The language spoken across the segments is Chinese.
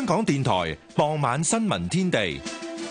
港電台傍晚新聞天地。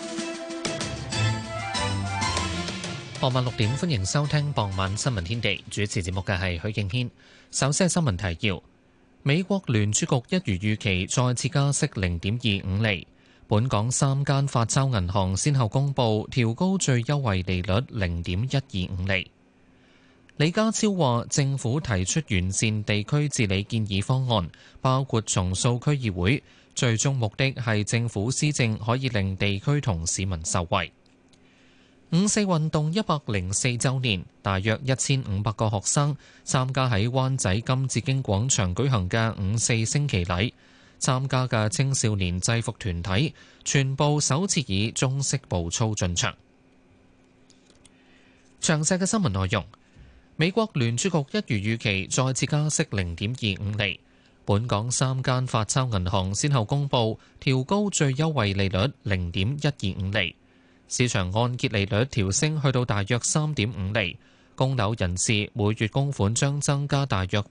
傍晚6點，歡迎收聽傍晚新聞天地。主持節目嘅係許敬軒。首先係新聞提要：美國聯儲局一如預期再次加息0.25厘。本港3間發鈔銀行先後公布調高最優惠利率0.125厘。李家超話，政府提出完善地區治理建議方案，包括重塑區議會，最終目的係政府施政可以令地區同市民受惠。五四運動104週年，大約1500個學生參加喺灣仔金紫荊廣場舉行嘅五四升旗禮。參加嘅青少年制服團體全部首次以中式步操進場。詳細嘅新聞內容，美國聯儲局一如預期再次加息0.25厘。本港3間發鈔銀行先後公布調高最優惠利率0.125厘。市場按揭利率調升去到大約3.5厘，供樓人士每月供款將增加大約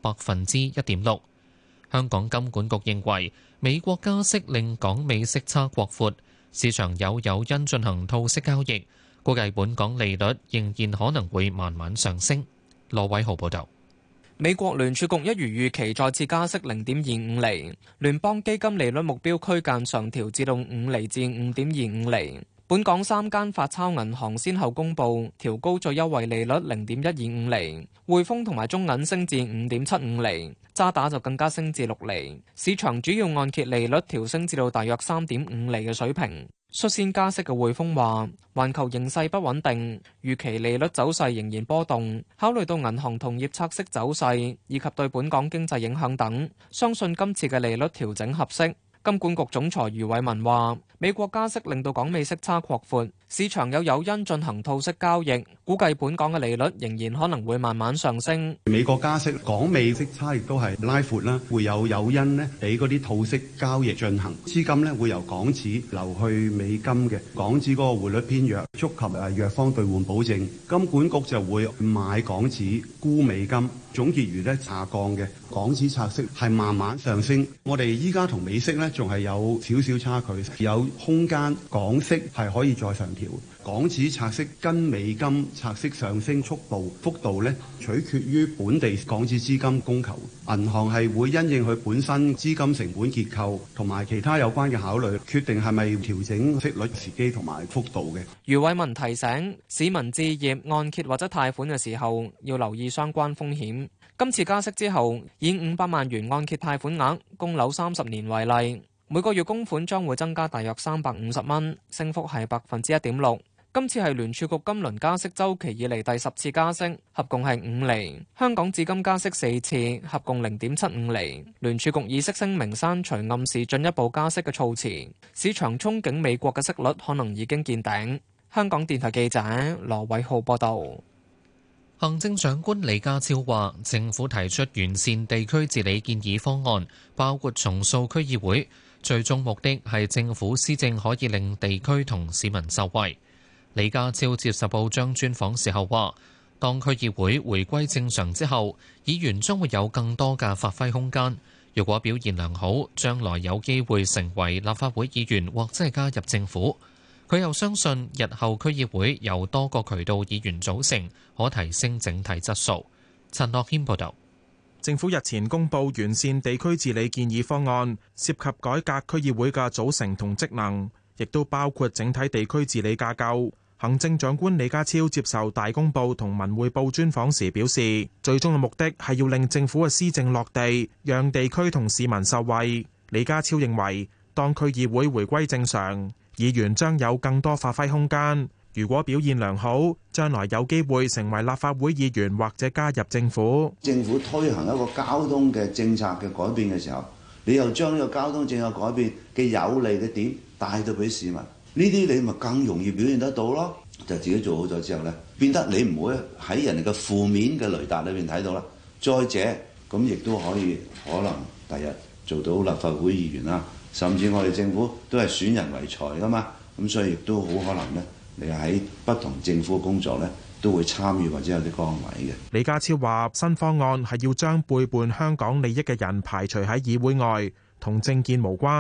1.6%。香港金管局認為美國加息令港美息差擴闊，市場有誘因進行套息交易，估計本港利率仍然可能會慢慢上升。羅偉豪報導。 美國聯儲局一如預期再次加息0.25厘，聯邦基金利率目標區間上調至到5厘至5.25厘。本港3間發鈔銀行先後公布調高最優惠利率0.125厘，匯豐同埋中銀升至5.75厘，渣打就更加升至6厘。市場主要按揭利率調升至到大約3.5厘嘅水平。率先加息嘅匯豐話，環球形勢不穩定，預期利率走勢仍然波動，考慮到銀行同業拆息走勢以及對本港經濟影響等，相信今次嘅利率調整合適。金管局總裁余偉文話，美國加息令到港美息差擴闊，市場有誘因進行套息交易，估計本港嘅利率仍然可能會慢慢上升。 美國加息，港美息差亦都係拉闊啦，會有誘因呢俾嗰啲套息交易進行，資金呢會由港紙流去美金嘅，港紙嗰個匯率偏弱，觸及弱方兌換保證，金管局就會買港紙沽美金。總結餘呢下降嘅港紙拆息係慢慢上升，我哋依家同美息呢仲係有少少差距，有空間港息係可以再上調。港紙拆息跟美金拆息上升幅度呢，取決於本地港紙資金供求。銀行係會因應佢本身資金成本結構同埋其他有關嘅考慮，決定係咪調整息率時機同埋幅度嘅。 余偉文提醒市民置業按揭或者貸款嘅時候要留意相關風險。今次加息之後，以500萬元按揭貸款額供樓30年為例，每個月供款將會增加大約350蚊，升幅係1.6%。今次係聯儲局今輪加息週期以嚟第10次加息，合共係5厘。香港至今加息4次，合共0.75厘。聯儲局議息聲明刪除暗示進一步加息嘅措辭，市場憧憬美國嘅息率可能已經見頂。香港電台記者羅偉浩報道。 行政長官李家超話，政府提出完善地區治理建議方案，包括重塑區議會，最終目的係政府施政可以令地區同市民受惠。李家超接受報章專訪時候話，當區議會回歸正常之後，議員將會有更多嘅發揮空間。如果表現良好，將來有機會成為立法會議員或者係加入政府。佢又相信，日後區議會由多個渠道議員組成，可提升整體質素。陳樂軒報導。 政府日前公布完善地區治理建議方案，涉及改革區議會嘅組成同職能，亦都包括整體地區治理架構。行政長官李家超接受大公報同文匯報專訪時表示，最終嘅目的係要令政府嘅施政落地，讓地區同市民受惠。李家超認為，當區議會回歸正常，議員將有更多發揮空間。如果表現良好，將來有機會成為立法會議員或者加入政府。 政府推行一個交通嘅政策嘅改變嘅時候，你又將呢個交通政策改變嘅有利嘅點帶到俾市民，呢啲你咪更容易表現得到咯。就自己做好咗之後呢，變得你唔會喺人哋嘅負面嘅雷達裏邊睇到啦。再者，咁亦都可能第日做到立法會議員啦，甚至我哋政府都係選人為才噶嘛，咁所以亦都好可能呢，你喺不同政府工作呢都會參與或者有啲崗位嘅。 李家超話：新方案係要將背叛香港利益嘅人排除喺議會外，同政見無關。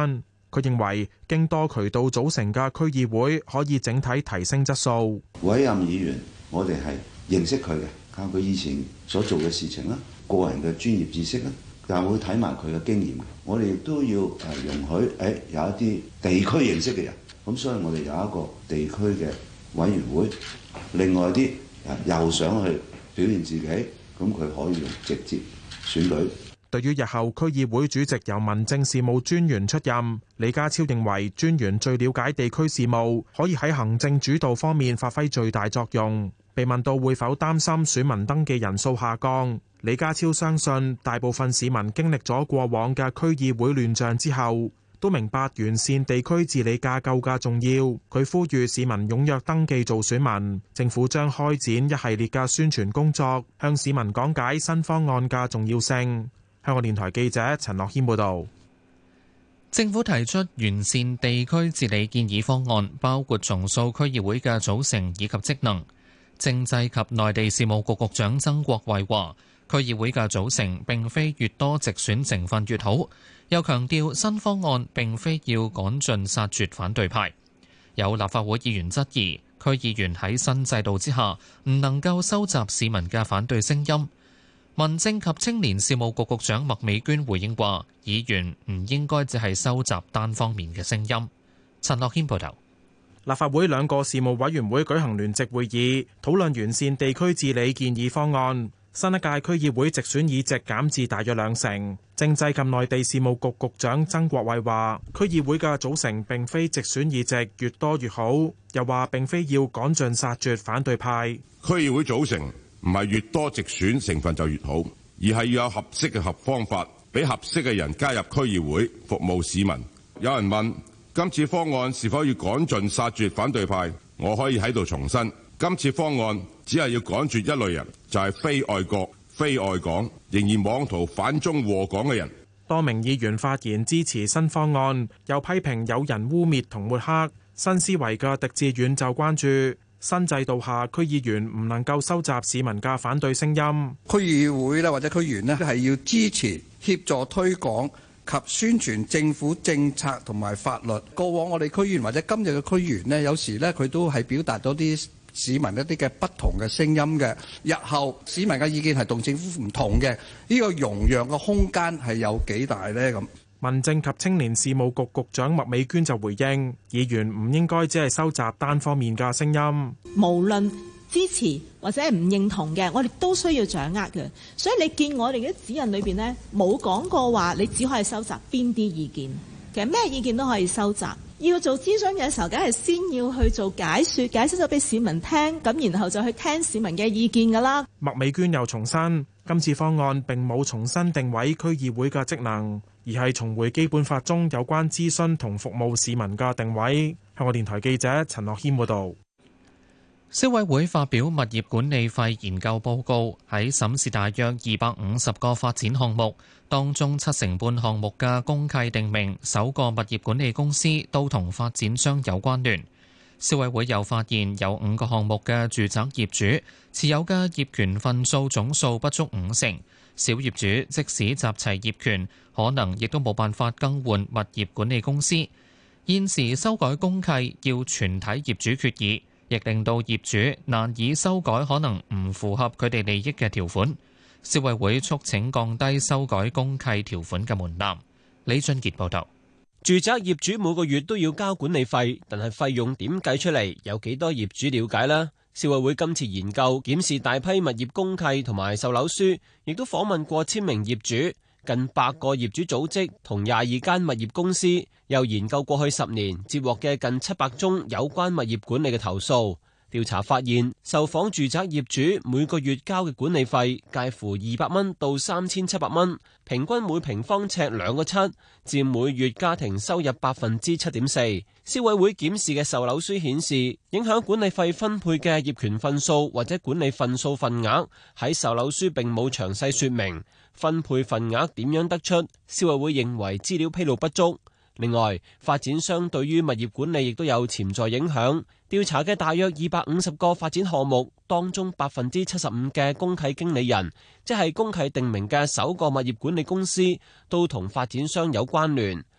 佢認為經多渠道組成嘅區議會可以整體提升質素。 委任議員，我哋係認識佢嘅，靠佢以前所做嘅事情啦，個人嘅專業知識啦，但係會睇埋佢嘅經驗。我哋亦都要容許有一啲地區認識嘅人，咁所以我哋有一個地區嘅委員會。另外啲又想去表現自己，咁佢可以用直接選舉。 對於日後區議會主席由民政事務專員出任，李家超認為專員最了解地區事務，可以喺行政主導方面發揮最大作用。被問到會否擔心選民登記人數下降，李家超相信大部分市民經歷咗過往嘅區議會亂象之後，都明白完善地區治理架構嘅重要。佢呼籲市民踴躍登記做選民，政府將開展一系列嘅宣傳工作，向市民講解新方案嘅重要性。香港電台記者陳樂謙報道。 政府提出完善地區治理建議方案，包括重塑區議會嘅組成以及職能。政制及內地事務局局長曾國衛話，區議會嘅組成並非越多直選成分越好，又強調新方案並非要趕盡殺絕反對派。有立法會議員質疑，區議員喺新制度之下唔能夠收集市民嘅反對聲音。民政及青年事務局局長麥美娟回應話，議員唔應該只係收集單方面嘅聲音。陳樂謙報道。 立法會兩個事務委員會舉行聯席會議，討論完善地區治理建議方案。新一屆區議會直選議席減至大約20%。政制及內地事務局局長曾國衛話，區議會嘅組成並非直選議席越多越好，又話並非要趕盡殺絕反對派。 區議會組成唔係越多直選成分就越好，而係要有合適嘅方法，俾合適嘅人加入區議會服務市民。有人問今次方案是否要趕盡殺絕反對派？我可以喺度重申，今次方案只係要趕絕一類人，就係非愛國、非愛港，仍然妄圖反中禍港嘅人。 多名議員發言支持新方案，又批評有人污蔑同抹黑。新思維嘅狄志遠就關注新制度下區議員唔能夠收集市民嘅反對聲音。 區議會咧或者區員咧係要支持協助推廣及宣傳政府政策同埋法律。過往我哋區議員或者今日嘅區議員呢，有時呢，佢都係表達咗啲市民一啲嘅不同嘅聲音嘅。日後市民嘅意見係同政府唔同嘅，呢個容讓嘅空間係有幾大呢？咁民政及青年事務局局長麥美娟就回應，議員唔應該只係收集單方面嘅聲音。 無論支持或者係唔認同嘅，我哋都需要掌握嘅。所以你見我哋嘅指引裏邊呢，冇講過話你只可以收集邊啲意見，其實咩意見都可以收集。要做諮詢嘅時候，梗係先要去做解說，解釋咗俾市民聽，咁然後就去聽市民嘅意見㗎啦。 麥美娟又重申，今次方案並冇重新定位區議會嘅職能，而係重回基本法中有關諮詢同服務市民嘅定位。香港電台記者陳樂謙報道。 消委會發表物業管理費研究報告，喺審視大約250個發展項目，當中70半項目嘅公契訂明首個物業管理公司都同發展商有關聯。消委會又發現有5個項目嘅住宅業主持有嘅業權份數總數不足50%，小業主即使集齊業權，可能亦都冇辦法更換物業管理公司。現時修改公契要全體業主決議，亦令到業主難以修改可能唔符合佢哋利益嘅條款。消委會促請降低修改公契條款嘅門檻。李俊傑報導。 住宅業主每個月都要交管理費，但係費用點計出嚟？有幾多業主了解呢？消委會今次研究檢視大批物業公契同埋售樓書，亦都訪問過千名業主，近100個業主組織同22間物業公司，又研究過去10年接獲嘅近700宗有關物業管理嘅投訴。調查發現，受訪住宅業主每個月交嘅管理費介乎200蚊到3700蚊，平均每平方尺2個7，佔每月家庭收入7.4%。消委會檢視嘅售樓書顯示，影響管理費分配嘅業權份數或者管理份數份額喺售樓書並冇詳細說明，分配份額點樣得出？消委會認為資料披露不足。另外，發展商對於物業管理亦都有潛在影響。調查嘅大約250個發展項目當中，75%嘅公契經理人，即係公契定名嘅首個物業管理公司，都同發展商有關聯。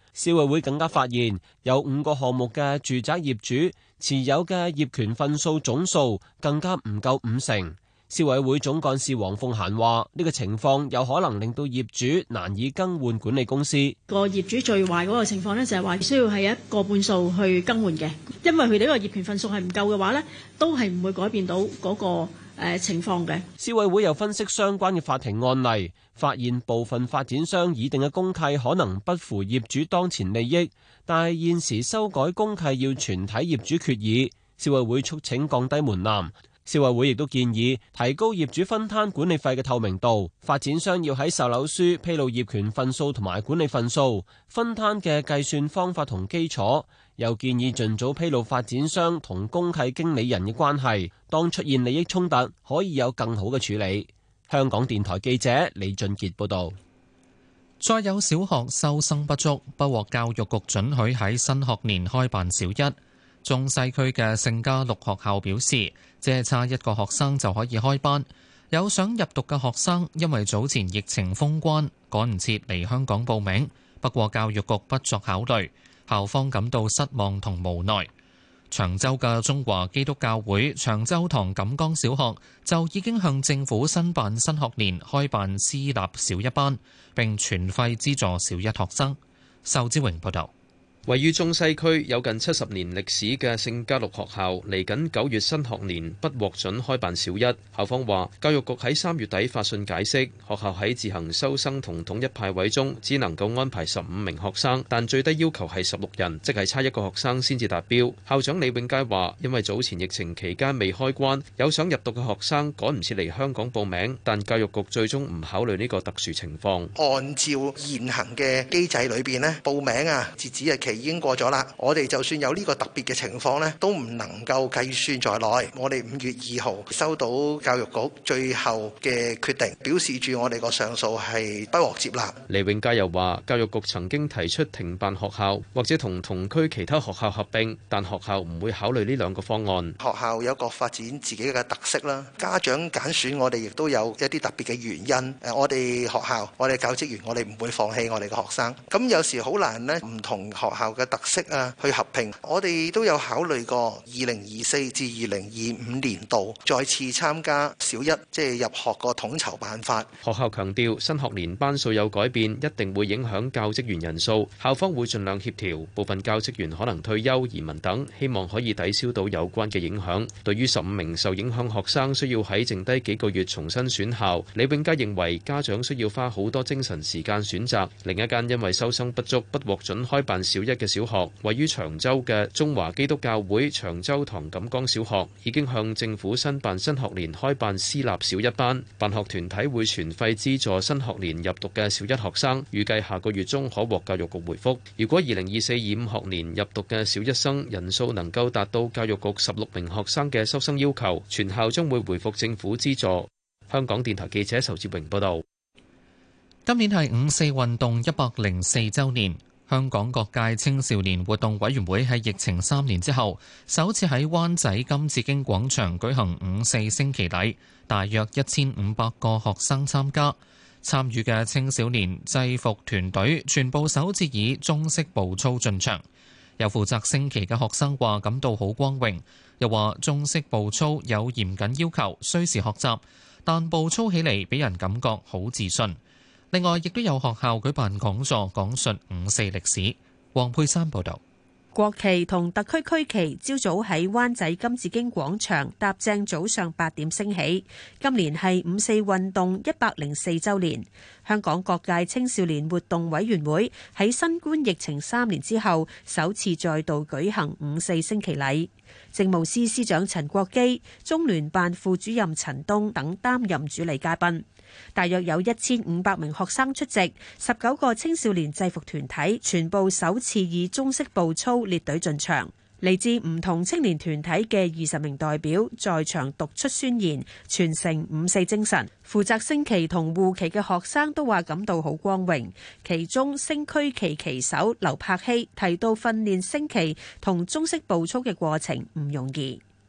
消委會更加發現有5個項目嘅住宅業主持有嘅業權份數總數更加唔夠50%。消委會總幹事黃鳳嫻話：呢個情況有可能令到業主難以更換管理公司。 個業主最壞嗰個情況呢，就係話需要係一個半數去更換嘅，因為佢哋個業權份數係唔夠嘅話呢，都係唔會改變到嗰個情況嘅。 消委會又分析相關嘅法庭案例，發現部分發展商擬定嘅公契可能不符業主當前利益，但係現時修改公契要全體業主決議。消委會促請降低門檻。消委會亦都建議提高業主分攤管理費嘅透明度，發展商要喺售樓書披露業權份數同埋管理份數、分攤嘅計算方法同基礎，又建議盡早披露發展商同公契經理人嘅關係，當出現利益衝突，可以有更好嘅處理。香港電台記者李俊傑報導。 再有小學收生不足，不獲教育局准許喺新學年開辦小一。中西區嘅聖嘉祿學校表示，只係差1個學生就可以開班。有想入讀嘅學生因為早前疫情封關，趕唔切嚟香港報名，不過教育局不作考慮，校方感到失望同無奈。長洲嘅中華基督教會長洲堂錦江小學就已經向政府申辦新學年開辦私立小一班，並全費資助小一學生。仇志榮報導。 位於中西區有近70年歷史嘅聖嘉祿學校，嚟緊9月新學年不獲准開辦小一。校方話，教育局喺3月底發信解釋，學校喺自行收生同統一派位中，只能夠安排15名學生，但最低要求係16人，即係差1個學生先至達標。校長李永佳話，因為早前疫情期間未開關，有想入讀嘅學生趕唔切嚟香港報名，但教育局最終唔考慮呢個特殊情況。 按照現行嘅機制裏邊呢，報名啊，截止日期已經過咗啦，我哋就算有呢個特別嘅情況呢，都唔能夠計算在內。我哋5月2號收到教育局最後嘅決定，表示住我哋個上訴係不獲接納。 李永佳又話，教育局曾經提出停辦學校或者同區其他學校合併，但學校唔會考慮呢2個方案。 學校有一個發展自己嘅特色啦，家長揀選我哋亦都有一啲特別嘅原因。我哋學校，我哋教職員，我哋唔會放棄我哋嘅學生。咁有時好難呢，唔同學校嘅特色啊，去合併。我哋都有考慮過2024至2025年度再次參加小一，即係入學個統籌辦法。 學校強調，新學年班數有改變，一定會影響教職員人數，校方會盡量協調，部分教職員可能退休、移民等，希望可以抵消到有關嘅影響。對於15名受影響學生需要喺剩低幾個月重新選校，李永佳認為家長需要花好多精神時間選擇。另一間因為收生不足不獲准開辦小一嘅小學，位於長洲嘅中華基督教會長洲堂錦江小學，已經向政府申辦新學年開辦私立小一班，辦學團體會全費資助新學年入讀嘅小一學生，預計下個月中可獲教育局回覆。如果2024-25學年入讀嘅小一生人數能夠達到教育局16名學生嘅收生要求，全校將會回復政府資助。香港電台記者仇志榮報道。 今年係5·4運動104週年。香港各界青少年活動委員會喺疫情3年之後，首次喺灣仔金紫荊廣場舉行5·4升旗禮，大約1500個學生參加。參與嘅青少年制服團隊全部首次以中式步操進場。有負責升旗嘅學生話感到好光榮，又話中式步操有嚴謹要求，需時學習，但步操起嚟俾人感覺好自信。另外，亦都有學校舉辦講座講述5·4歷史。黃佩珊報導。 國旗同特區區旗朝早喺灣仔金紫荊廣場搭正早上8點升起。今年係5·4運動104週年。香港各界青少年活動委員會喺新冠疫情3年之後，首次再度舉行5·4升旗禮。政務司司長陳國基、中聯辦副主任陳東等擔任主禮嘉賓。大約有1500名學生出席，19個青少年制服團體全部首次以中式步操列隊進場。嚟自唔同青年團體嘅20名代表在場讀出宣言，傳承5·4精神。負責升旗同護旗嘅學生都話感到好光榮。其中升區旗旗手劉柏希提到訓練升旗同中式步操嘅過程唔容易。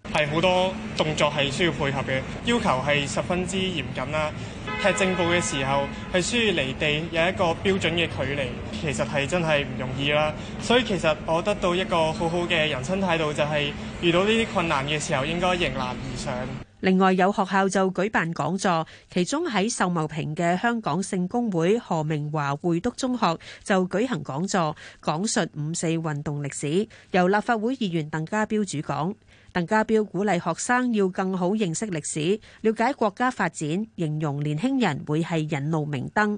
係好多動作係需要配合嘅，要求係十分之嚴謹啦。踢正步嘅時候係需要離地有一個標準嘅距離，其實係真係唔容易啦。所以其實我得到一個好好嘅人生態度，就係遇到呢啲困難嘅時候應該迎難而上。 另外有學校就舉辦講座，其中喺秀茂坪嘅香港聖公會何明華會督中學就舉行講座，講述五四運動歷史，由立法會議員鄧家彪主講。鄧家彪鼓勵學生要更好認識歷史，了解國家發展，形容年輕人會係引路明燈。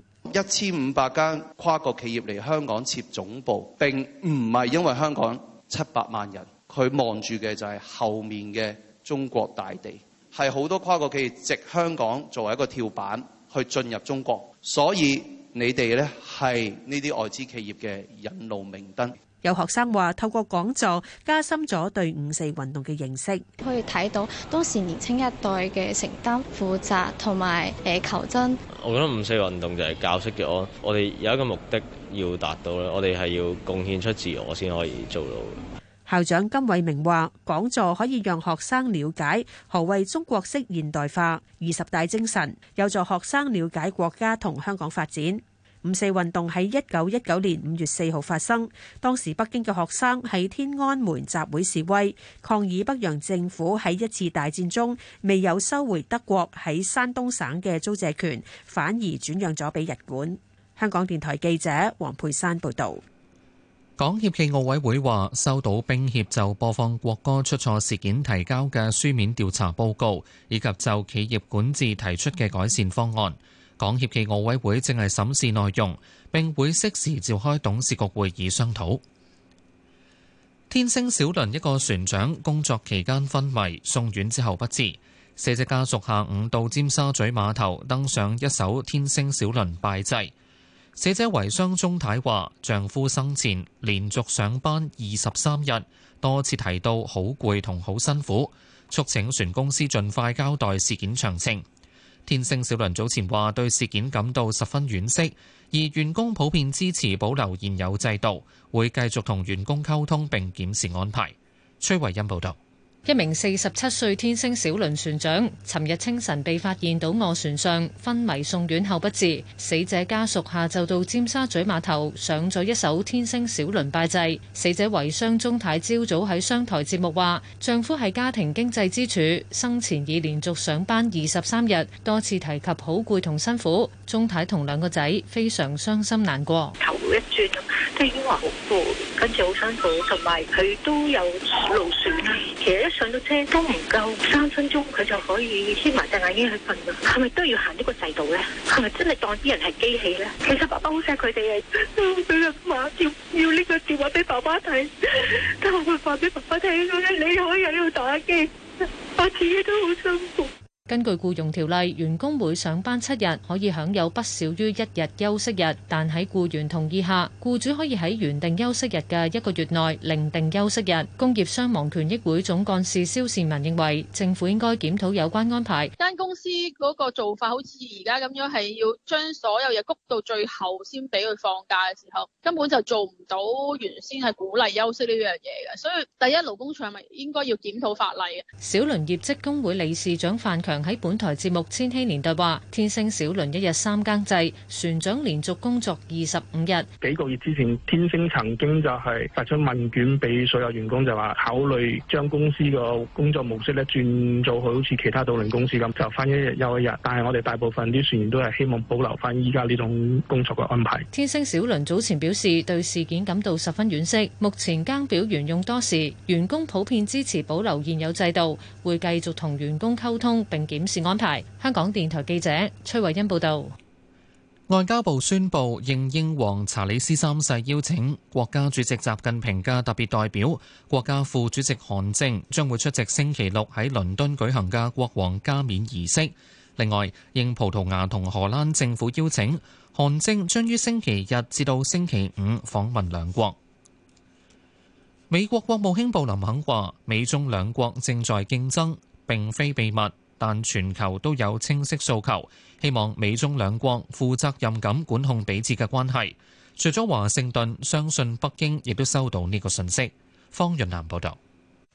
1500間跨國企業嚟香港設總部，並唔係因為香港700萬人，佢望住嘅就係後面嘅中國大地。係好多跨國企業藉香港作為一個跳板去進入中國，所以你哋呢係呢啲外資企業嘅引路明燈。 有學生話透過講座加深咗對五四運動嘅認識， 可以睇到當時年青一代嘅承擔、負責同埋求真。 我覺得五四運動就係教識咗我哋有一個目的要達到啦，我哋係要貢獻出自我先可以做到。 校長金偉明話：講座可以讓學生了解何謂中國式現代化、20大精神，有助學生了解國家同香港發展。五四運動喺1919年5月4號發生，當時北京嘅學生喺天安門集會示威，抗議北洋政府喺一次大戰中未有收回德國喺山東省嘅租借權，反而轉讓咗俾日本。香港電台記者黃佩珊報導。 港協暨奧委會話收到冰協就播放國歌出錯事件提交嘅書面調查報告，以及就企業管治提出嘅改善方案。港協暨奧委會正係審視內容，並會適時召開董事局會議商討。天星小輪一個船長工作期間昏迷，送院之後不治。死者家屬下午到尖沙咀碼頭登上一艘天星小輪拜祭。死者遺孀鐘太話，丈夫生前連續上班23日，多次提到好攰同好辛苦，促請船公司盡快交代事件詳情。天星小輪早前話對事件感到十分惋惜，而員工普遍支持保留現有制度，會繼續同員工溝通並檢視安排。崔慧欣報導。 一名47歲天星小輪船長，尋日清晨被發現倒卧船上，昏迷送院後不治。死者家屬下晝到尖沙咀碼頭上咗一艘天星小輪拜祭。死者遺孀鐘太朝早喺商台節目話，丈夫係家庭經濟支柱，生前已連續上班23日，多次提及好攰同辛苦。鐘太同兩個仔非常傷心難過。 頭一轉都已經話好攰，跟住好辛苦，同埋佢都有勞損啦。其實上到車都唔夠3分鐘，佢就可以黐埋隻眼睛去瞓啦。係咪都要行呢個制度咧？係咪真係當啲人係機器咧？其實爸爸好錫佢哋嘅，都俾人話要呢個電話俾爸爸睇，但係我話俾爸爸睇，你可以喺度打機，我自己都好辛苦。 根據僱傭條例，員工每上班7日可以享有不少於1日休息日，但喺僱員同意下，僱主可以喺原定休息日嘅1個月內另定休息日。工業傷亡權益會總幹事蕭善文認為，政府應該檢討有關安排。 間公司嗰個做法好似而家咁樣，係要將所有嘢谷到最後先俾佢放假嘅時候，根本就做唔到原先係鼓勵休息呢樣嘢嘅。所以第一，勞工處咪應該要檢討法例嘅。 小輪業職工會理事長范強喺本台節目《千禧年代》話：天星小輪1日3更制，船長連續工作25日。 幾個月之前，天星曾經就係發出問卷俾所有員工，就話考慮將公司個工作模式咧轉做好似其他渡輪公司咁，就翻1日休1日。但係我哋大部分啲船員都係希望保留翻依家呢種工作嘅安排。 天星小輪早前表示對事件感到十分惋惜，目前更表沿用多時，員工普遍支持保留現有制度，會繼續同員工溝通並檢視安排。香港電台記者崔慧欣報道。 外交部宣布，應英皇查理斯3世邀請，國家主席習近平嘅特別代表、國家副主席韓正將會出席星期六喺倫敦舉行嘅國王加冕儀式。另外，應葡萄牙同荷蘭政府邀請，韓正將於星期日至到星期五訪問兩國。美國國務卿布林肯話，美中兩國正在競爭，並非秘密，但全球都有清晰訴求，希望美中兩國負責任咁管控彼此嘅關係。除咗華盛頓，相信北京亦都收到呢個訊息。方潤南報道。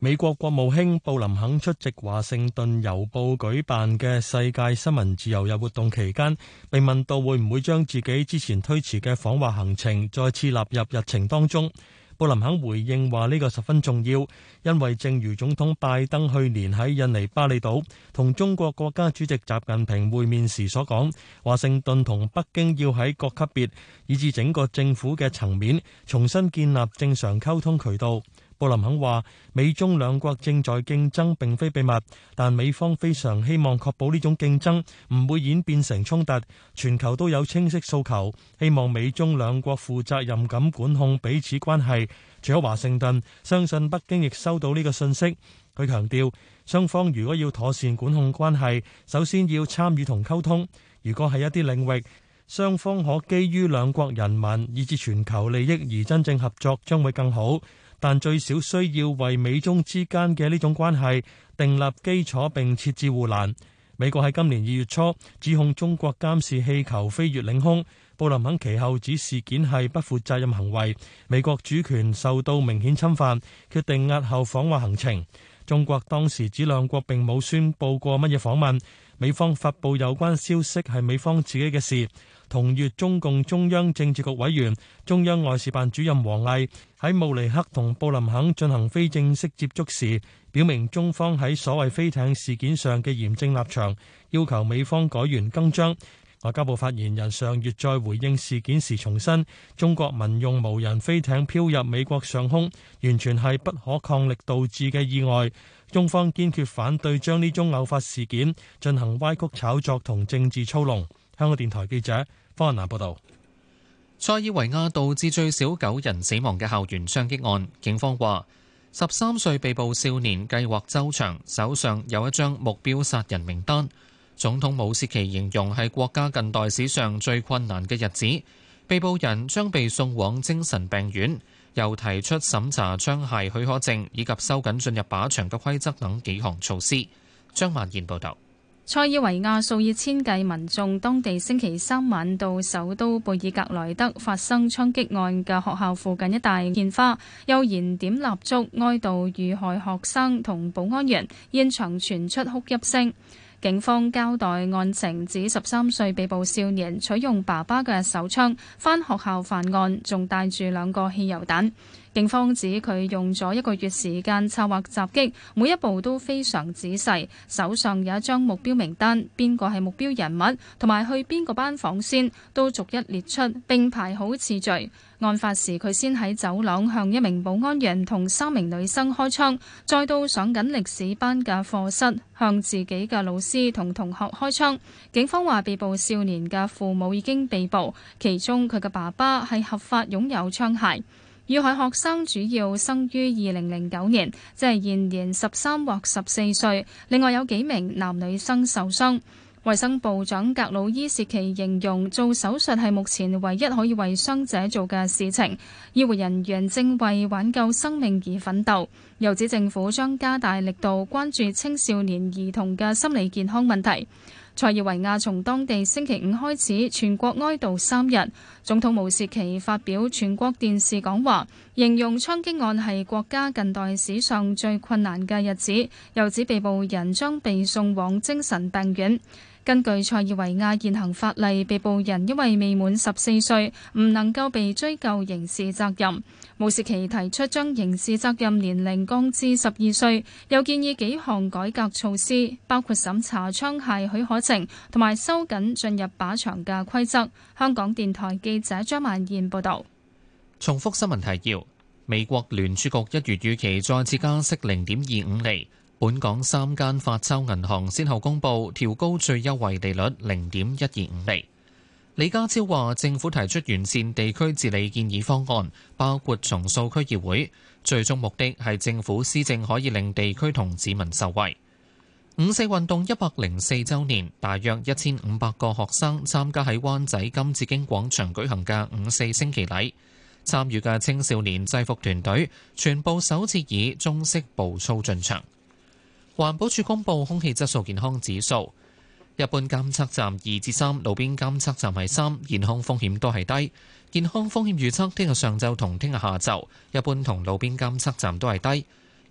美國國務卿布林肯出席華盛頓郵報舉辦嘅世界新聞自由日活動期間，被問到會唔會將自己之前推遲嘅訪華行程再次納入日程當中。布林肯回應話呢個十分重要，因為正如總統拜登去年喺印尼巴厘島同中國國家主席習近平會面時所講，華盛頓同北京要喺各級別以至整個政府嘅層面重新建立正常溝通渠道。布林肯話，美中兩國正在競爭並非秘密，但美方非常希望確保呢種競爭唔會演變成衝突，全球都有清晰訴求，希望美中兩國負責任咁管控彼此關係。除咗華盛頓，相信北京亦收到呢個信息。佢強調，雙方如果要妥善管控關係，首先要參與同溝通。如果係一啲領域，雙方可基於兩國人民以至全球利益而真正合作，將會更好。但最少需要為美中之間嘅呢種關係訂立基礎並設置護欄。美國喺今年2月初指控中國監視氣球飛越領空，布林肯其後指事件係不負責任行為，美國主權受到明顯侵犯，決定押後訪華行程。中國當時指兩國並冇宣佈過乜嘢訪問，美方發布有關消息係美方自己嘅事。同月，中共中央政治局委員、中央外事辦主任王毅喺慕尼黑同布林肯進行非正式接觸時，表明中方喺所謂飛艇事件上嘅嚴正立場，要求美方改弦更張。外交部發言人上月再回應事件時重申，中國民用無人飛艇飄入美國上空，完全係不可抗力導致嘅意外。中方堅決反對將呢宗偶發事件進行歪曲炒作同政治操弄。香港電台記者方雲南報道。 塞爾維亞導致最少9人死亡嘅校園槍擊案，警方話13歲被捕少年計劃周詳，手上有一張目標殺人名單。總統武契奇形容係國家近代史上最困難嘅日子。被捕人將被送往精神病院，又提出審查槍械許可證以及收緊進入靶場嘅規則等幾項措施。張曼燕報道。 塞爾維亞數以千計民眾當地星期三晚到首都貝爾格萊德發生槍擊案嘅學校附近一帶獻花，又燃點蠟燭哀悼遇害學生同保安員，現場傳出哭泣聲。警方交代案情，指13歲被捕少年取用爸爸嘅手槍返學校犯案，仲帶住2個汽油彈。警方指佢用咗1個月時間策劃襲擊，每一步都非常仔細，手上有一張目標名單，邊個係目標人物同埋去邊個班房先，都逐一列出並排好次序。案發時，佢先喺走廊向1名保安員同3名女生開槍，再到上緊歷史班嘅課室向自己嘅老師同同學開槍。警方話，被捕少年嘅父母已經被捕，其中佢嘅爸爸係合法擁有槍械。遇害學生主要生於2009年，即係現年13或14歲，另外有幾名男女生受傷。衛生部長格魯伊什奇形容做手術係目前唯一可以為傷者做嘅事情，醫護人員正為挽救生命而奮鬥。又指政府將加大力度關注青少年兒童嘅心理健康問題。塞爾維亞從當地星期5開始全國哀悼3日，總統武契奇發表全國電視講話，形容槍擊案係國家近代史上最困難嘅日子，又指被捕人將被送往精神病院。根據塞爾維亞現行法例，被捕人因為未滿14歲，唔能夠被追究刑事責任。武契奇提出將刑事責任年齡降至12歲，又建議幾項改革措施，包括審查槍械許可證同埋收緊進入靶場嘅規則。香港電台記者張曼燕報導。 重複新聞提要：美國聯儲局1月預期再次加息0.25厘。本港3間發鈔銀行先後公布調高最優惠利率0.125厘。李家超話，政府提出完善地區治理建議方案，包括重塑區議會，最終目的係政府施政可以令地區同市民受惠。5四運動104週年，大約1500個學生參加喺灣仔金紫荊廣場舉行嘅5四升旗禮。參與嘅青少年制服團隊全部首次以中式步操進場。環保署公布空氣質素健康指數，一般監測站2至3，路邊監測站係3，健康風險都係低。健康風險預測聽日上晝同聽日下晝，一般同路邊監測站都係低。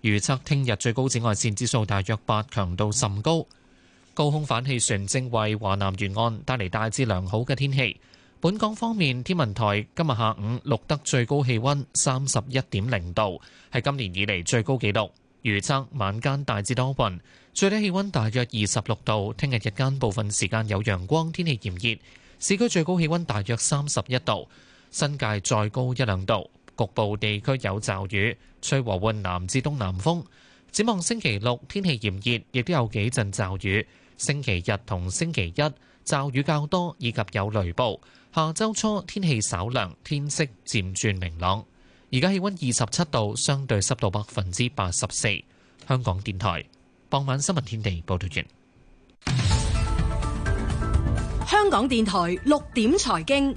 預測聽日最高紫外線指數大約8，強度甚高。高空反氣旋正為華南沿岸帶嚟大致良好嘅天氣。本港方面，天文台今日下午錄得最高氣溫31.0度，係今年以嚟最高紀錄。預測晚間大致多雲，最低氣溫大約26度。聽日日間部分時間有陽光，天氣炎熱，市區最高氣溫大約31度，新界再高1-2度。局部地區有驟雨，吹和緩南至東南風。展望星期六天氣炎熱，亦都有幾陣驟雨。星期日同星期一驟雨較多，以及有雷暴。下週初天氣稍涼，天色漸轉明朗。而家氣溫27度，相對濕度84%。香港電台傍晚新聞天地報道完。 香港電台6點財經，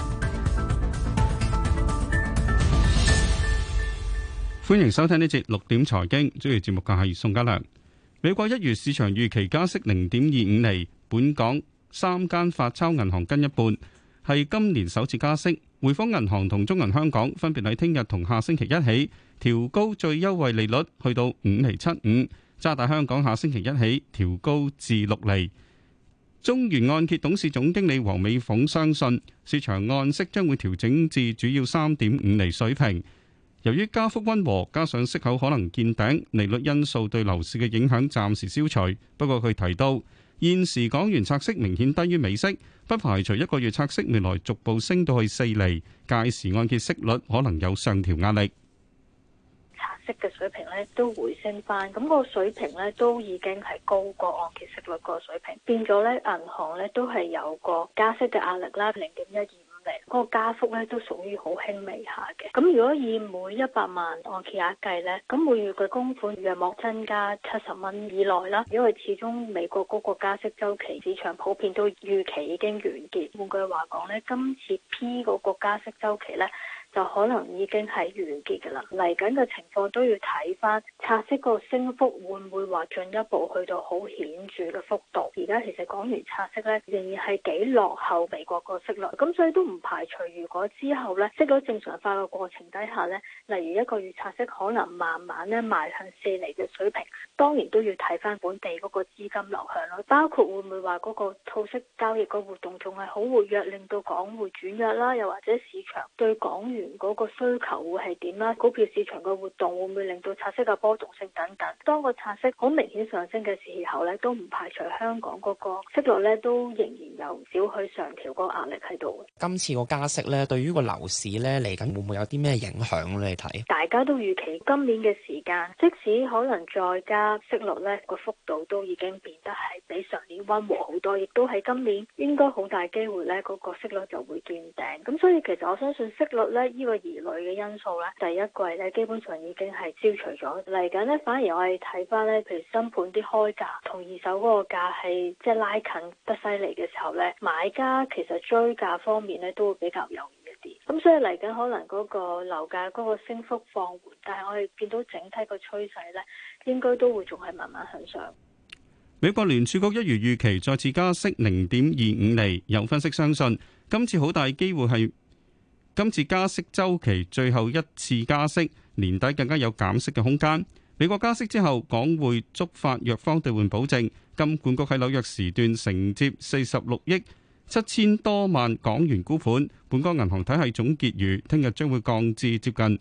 歡迎收聽呢節6點財經。主持節目嘅係宋家良。美國一如市場預期加息0.25厘，本港3間發鈔銀行跟一半，係今年首次加息。匯豐銀行同中銀香港分別喺聽日同下星期一起調高最優惠利率，去到5.75%。渣打香港下星期一起調高至6厘。中原按揭董事總經理黃美鳳相信，市場按息將會調整至主要3.5厘水平。由於加幅溫和，加上息口可能見頂，利率因素對樓市嘅影響暫時消除。不過佢提到，現時港元拆息明顯低於美息，不排除一個月拆息未來逐步升到去4厘，屆時按揭息率可能有上調壓力。 拆息嘅水平咧都回升翻，咁個水平咧都已經係高過按揭息率個水平，變咗咧銀行咧都係有個加息嘅壓力啦，0.125。嗰個加幅咧都屬於好輕微下嘅，咁如果以每100萬按揭額計咧，咁每月嘅供款約莫增加70蚊以內啦。因為始終美國嗰個加息週期，市場普遍都預期已經完結。換句話講咧，今次 P 嗰個加息週期咧，就可能已經係完結㗎啦。嚟緊嘅情況都要睇翻拆息個升幅會唔會話進一步去到好顯著嘅幅度。而家其實港元拆息咧仍然係幾落後美國個息率，咁所以都唔排除如果之後咧息率正常化嘅過程底下咧，例如一個月拆息可能慢慢咧邁向4厘嘅水平，當然都要睇翻本地嗰個資金流向咯，包括會唔會話嗰個套息交易個活動仲係好活躍，令到港匯轉弱啦，又或者市場對港元嗰個需求會係點啦？股票市場嘅活動會唔會令到拆息嘅波動性等等？當個拆息好明顯上升嘅時候咧，都唔排除香港嗰個息率咧都仍然有少許上調嗰個壓力喺度。 今次個加息咧，對於個樓市咧嚟緊會唔會有啲咩影響咧？你睇大家都預期今年嘅時間，即使可能再加息率咧，個幅度都已經變得係比上年溫和好多，亦都係今年應該好大機會咧，嗰個息率就會見頂。咁所以其實我相信息率咧呢個疑慮嘅因素咧，第一季咧基本上已經係消除咗。嚟緊咧，反而我哋睇翻咧，譬如新盤啲開價同二手嗰個價係即係拉近得犀利嘅時候咧，買家其實追價方面咧都會比較猶豫一啲。咁所以嚟緊可能嗰個樓價嗰個升幅放緩，但係我哋見到整體個趨勢咧，應該都會仲係慢慢向上。 美國聯儲局一如預期再次加息0.25厘，有分析相信今次好大機會係今次加息週期最後一次加息，年底更加有減息嘅空間。美國加息之後，港匯觸發弱方兌換保證，金管局喺紐約時段承接46億7000多萬港元沽盤，本港銀行體系總結餘聽日將會降至接近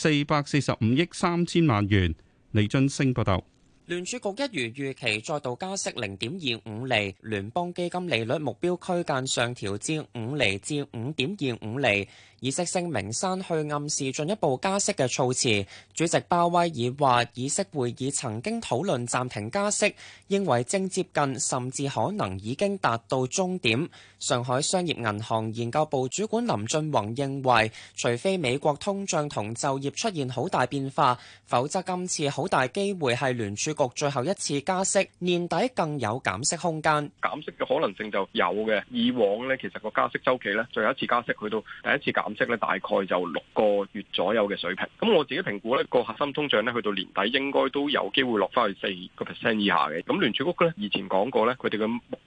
445億3000萬元。李津升報道。 聯儲局一如預期再度加息0.25厘，聯邦基金利率目標區間上調至5厘至5.25厘。議息聲明刪去暗示進一步加息嘅措辭。主席鮑威爾話，議息會議曾經討論暫停加息，認為正接近甚至可能已經達到終點。上海商業銀行研究部主管林俊宏認為，除非美國通脹同就業出現好大變化，否則今次好大機會係聯儲局最後一次加息，年底更有減息空間。 減息嘅可能性就有嘅。以往呢，其實個加息週期呢，最後一次加息去到第一次減息咧，大概就6個月左右嘅水平。咁我自己評估呢個核心通脹呢，去到年底應該都有機會落翻去4% 以下嘅。咁聯儲局呢，以前講過呢，佢哋嘅目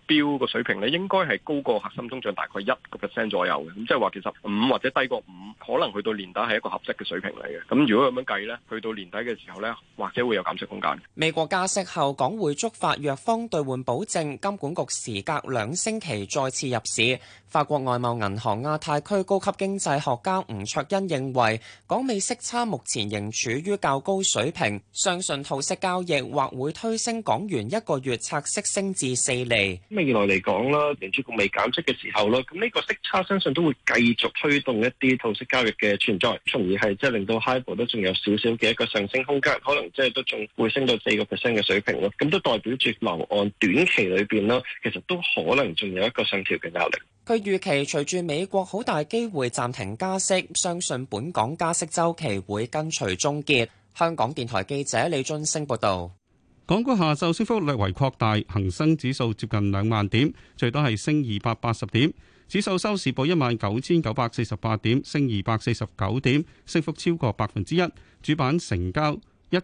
標個水平咧，應該係高過核心通脹大概1% 左右嘅。咁即係話其實5或者低過5，可能去到年底係一個合適嘅水平嚟嘅。咁如果咁樣計咧，去到年底嘅時候咧，或者會有減息空間。 美國加息後，港匯觸發弱方兌換保證，金管局時隔2星期再次入市。法國外貿銀行亞太區高級經濟學家吳卓恩認為，港美息差目前仍處於較高水平，相信套息交易或會推升港元1個月拆息升至4厘。 未來嚟講啦，聯儲局未減息嘅時候啦，咁呢個息差相信都會繼續推動一啲套息交易嘅存在，從而係即係令到 HIBOR 都仲有少少嘅一個上升空間，可能即係都仲會升到4%嘅水平咯。咁都代表住樓按短期裏邊啦，其實都可能仲有一個上調嘅壓力。 佢預期隨住美國好大機會暫停加息，相信本港加息週期會跟隨終結。香港電台記者李津升報導。 港股下晝升幅略為擴大，恒生指數接近2萬點，最多係升280點。指數收市報19,948點，升249點，升幅超過1%。主板成交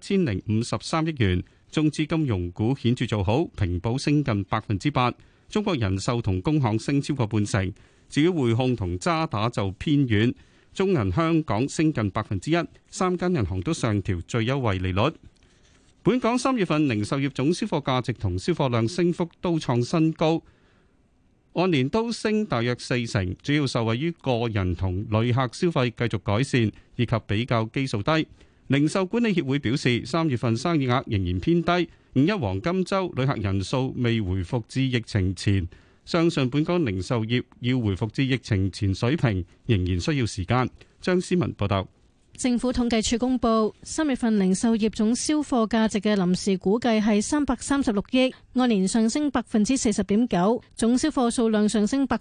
1053億元，中資金融股顯著做好，平保升近8%。中國人壽同工行升超過半成，至於匯控同渣打就偏軟。中銀香港升近1%，三間銀行都上調最優惠利率。本港3月份零售業總銷貨價值同銷貨量升幅都創新高，按年都升大約40%，主要受惠於個人同旅客消費繼續改善，以及比較基數低。零售管理協會表示，3月份生意額仍然偏低，5一黃金週旅客人數未回復至疫情前，相信本港零售業要回復至疫情前水平，仍然需要時間。張思文報道。 政府統計處公布3月份零售業總銷貨價值嘅臨時估計係336億，按年上升40.9%，總銷貨數量上升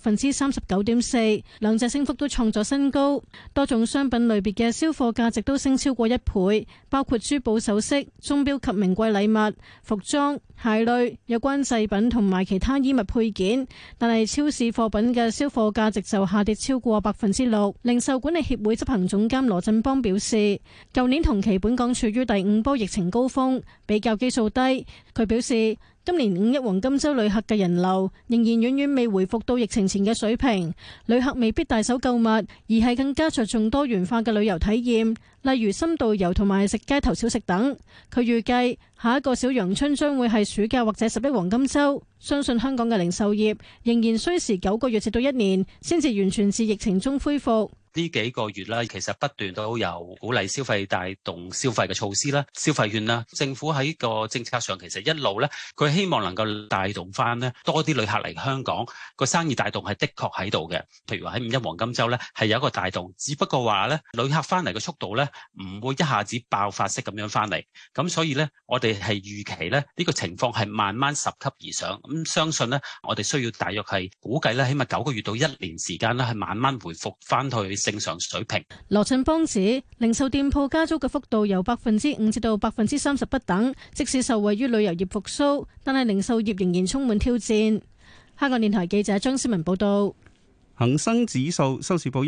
39.4%，兩者升幅都創咗新高。多種商品類別嘅銷貨價值都升超過1倍，包括珠寶首飾、鐘錶及名貴禮物、服裝、鞋類、有關製品同埋其他衣物配件。但係超市貨品嘅銷貨價值就下跌超過6%。零售管理協會執行總監羅振邦表示，舊年同期本港處於第5波疫情高峰，比較基數低。佢表示，今年5一黃金週旅客嘅人流仍然遠遠未回復到疫情前嘅水平，旅客未必大手購物，而係更加着重多元化嘅旅遊體驗，例如深度遊同埋食街頭小食等。佢預計下一個小陽春將會係暑假或者11黃金週，相信香港嘅零售業仍然需時9個月至到1年，先至完全自疫情中恢復。 呢幾個月啦，其實不斷都有鼓勵消費、帶動消費嘅措施啦，消費券啦，政府喺個政策上其實一路咧，佢希望能夠帶動翻咧多啲旅客嚟香港，個生意帶動係的確喺度嘅。譬如話喺5一黃金週咧，係有一個帶動，只不過話咧旅客翻嚟嘅速度咧唔會一下子爆發式咁樣翻嚟，咁所以咧我哋係預期咧呢個情況係慢慢拾級而上，咁相信咧我哋需要大約係估計咧起碼9個月到1年時間咧係慢慢回復翻去正常水平。 羅振邦指，零售店鋪加租嘅幅度由5%至到30%不等，即使受惠於旅遊業復甦，但係零售業仍然充滿挑戰。香港電台記者張思文報道。 恒生指數收市報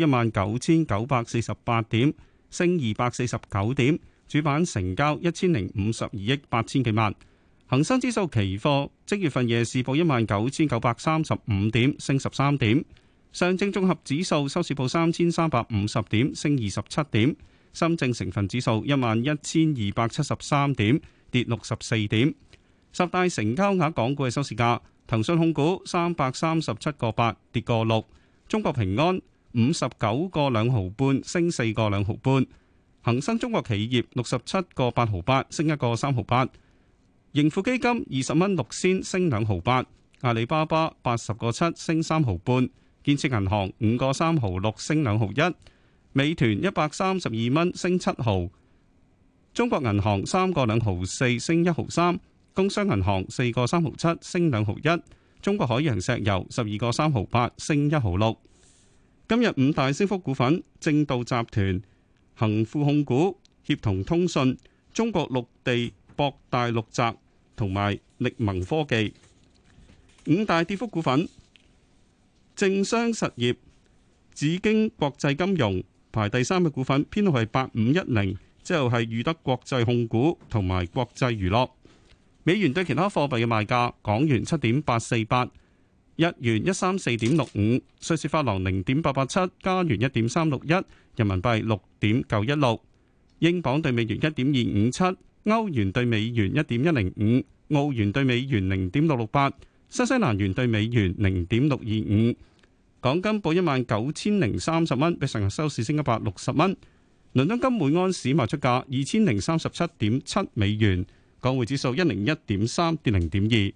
19,948點，升249點，主板成交1052億8千幾萬。恒生指數期貨即月份夜市報19,935點，升13點。上證綜合指數收市報3,350點，升27點。深證成分指數11,273點，跌64點。十大成交額港股嘅收市價：騰訊控股337個8，跌個6；中國平安59個2毫半，升4個2毫半；恒生中國企業67個8毫8，升1個3毫8；盈富基金20蚊6仙，升2毫8；阿里巴巴80個7，升3毫半。建設銀行5個3毫6，升2毫1；美團132蚊，升7毫；中國銀行3個2毫4，升1毫3；工商銀行4個3毫7，升2毫1；中國海洋石油12個3毫8，升1毫6。今日5大升幅股份：正道集團、恒富控股、協同通訊、中國陸地、博大陸澤同埋力盟科技。5大跌幅股份：正商實業、紫荊國際金融。排第3嘅股份編號係8510，之後係裕德國際控股同埋國際娛樂。美元對其他貨幣嘅賣價：港元7.848， 日元134.65，瑞士法郎0.887，加元1.361，人民幣6.916，英鎊對美元1.257，歐元對美元1.105，澳元對美元0.668，新西蘭元對美元0.625。港金報19,030蚊，比上日收市升160蚊。倫敦金每安士賣出價2,037.7美元，港匯指數101.3跌0.2。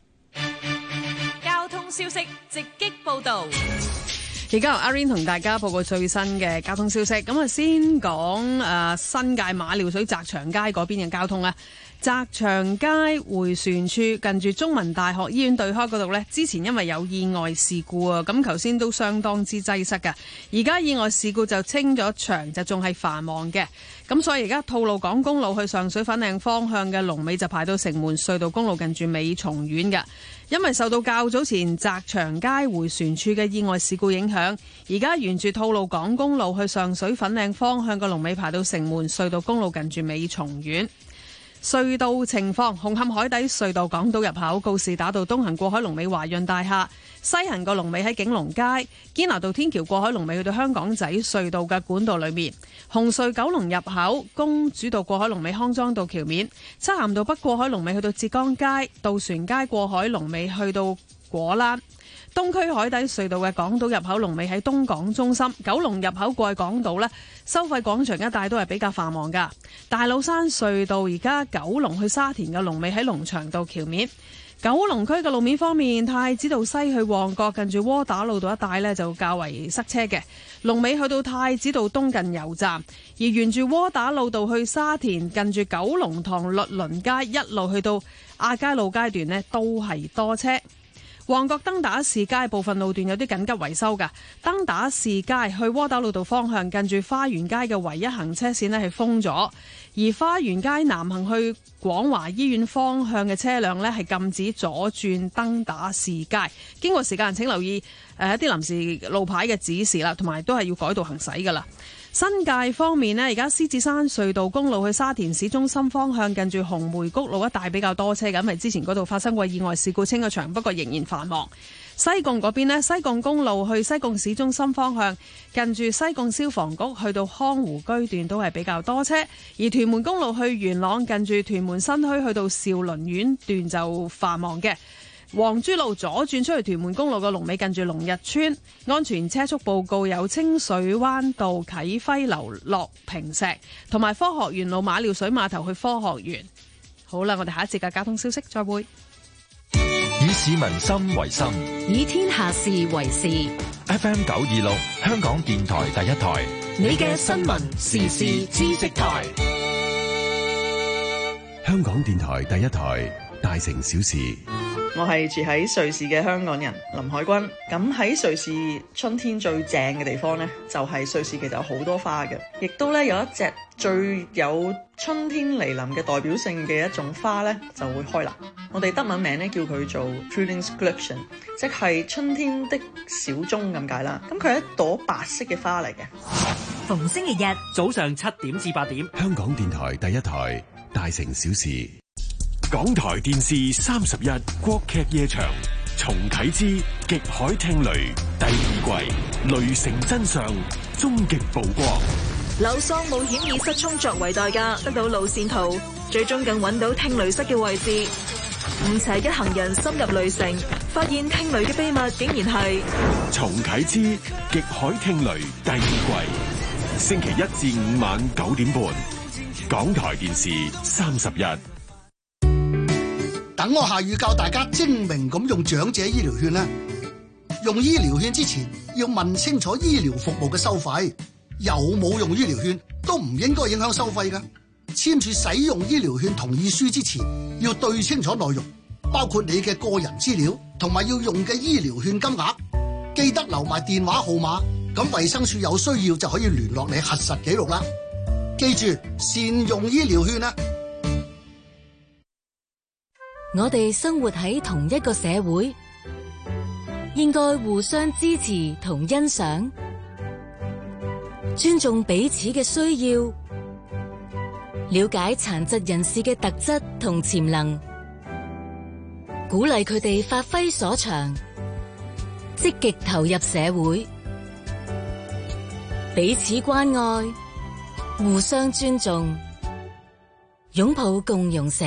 交通消息直擊報道。而家由阿 Rain 同大家報告最新嘅交通消息。咁啊，先講新界馬料水澤祥街嗰邊嘅交通啦。澤祥街迴旋處近住中文大學醫院對開嗰度呢，之前因為有意外事故啊，咁頭先都相當之擠塞㗎。而家意外事故就清咗場，就仲係繁忙嘅。咁所以而家吐露港公路去上水粉嶺方向嘅龍尾就排到城門隧道公路近住美松苑嘅。因為受到較早前澤祥街迴旋處嘅意外事故影響，而家沿住吐露港公路去上水粉嶺方向嘅龍尾排到城門隧道公路近住美松苑。隧道情況：紅磡海底隧道港島入口告士打道東行過海龍尾華潤大廈，西行個龍尾喺景隆街；堅拿道天橋過海龍尾去到香港仔隧道嘅管道裏面。紅隧九龍入口公主道過海龍尾康莊道橋面，漆咸道北過海龍尾去到浙江街，渡船街過海龍尾去到果欄。東區海底隧道嘅港島入口龍尾喺東港中心，九龍入口過去港島呢，收費廣場一帶都係比較繁忙噶。大老山隧道而家九龍去沙田嘅龍尾喺龍翔道橋面。九龍區嘅路面方面，太子道西去旺角近住窩打老道一帶呢就較為塞車嘅，龍尾去到太子道東近油站，而沿住窩打老道去沙田近住九龍塘律倫街一路去到亞皆老街段呢都係多車。旺角登打士街部分路段有啲緊急維修㗎，登打士街去窩打老道方向近住花園街嘅唯一行車線呢係封咗，而花園街南行去廣華醫院方向嘅車輛呢係禁止左轉登打士街，經過時間請留意一啲臨時路牌嘅指示啦，同埋都係要改道行駛㗎啦。新界方面呢，而家獅子山隧道公路去沙田市中心方向近住紅梅谷路一帶比較多車嘅，因為之前嗰度發生過意外事故清咗場，不過仍然繁忙。西貢嗰邊呢，西貢公路去西貢市中心方向近住西貢消防局去到康湖居段都係比較多車，而屯門公路去元朗近住屯門新墟去到兆麟苑段就繁忙嘅。黃珠路左轉出去屯門公路嘅龍尾近住龍日村，安全車速報告有清水灣道啟輝樓落坪石，同埋科學園路馬料水碼頭去科學園。好啦，我哋下一節嘅交通消息再會。 以市民心為心， 以天下事為事。 FM 926香港電台第一台， 你嘅新聞時事知識台。 香港電台第一台，大城小事。 我係住喺瑞士嘅香港人林海君。咁喺瑞士春天最正嘅地方呢，就係瑞士其實有好多花嘅，亦都咧有一隻最有春天嚟臨嘅代表性嘅一種花呢，就會開啦。我哋德文名呢，叫佢做 Frühlingsglöckchen， 即係春天的小鐘咁解啦。咁佢係一朵白色嘅花嚟嘅。 逢星期日早上7點至8點， 香港電台第一台，大城小事。 港台電視31國劇夜場重啟之極海聽雷第2季，雷城真相終極曝光。 柳桑冒險以失聰作為代價得到路線圖，最終更揾到聽雷室嘅位置。誤邪一行人深入雷城，發現聽雷嘅秘密竟然係重啟之極海聽雷第2季，星期1至5晚9點半，港台電視31。 等我下雨教大家精明咁用長者醫療券啦。用醫療券之前要問清楚醫療服務嘅收費，有冇用醫療券都唔應該影響收費㗎。簽署使用醫療券同意書之前要對清楚內容，包括你嘅個人資料同埋要用嘅醫療券金額，記得留埋電話號碼，咁衛生署有需要就可以聯絡你核實記錄啦。記住善用醫療券啦。 我哋生活喺同一個社會，應該互相支持同欣賞，尊重彼此嘅需要，了解殘疾人士嘅特質同潛能，鼓勵佢哋發揮所長， 積極投入社會，彼此關愛，互相尊重，擁抱共融社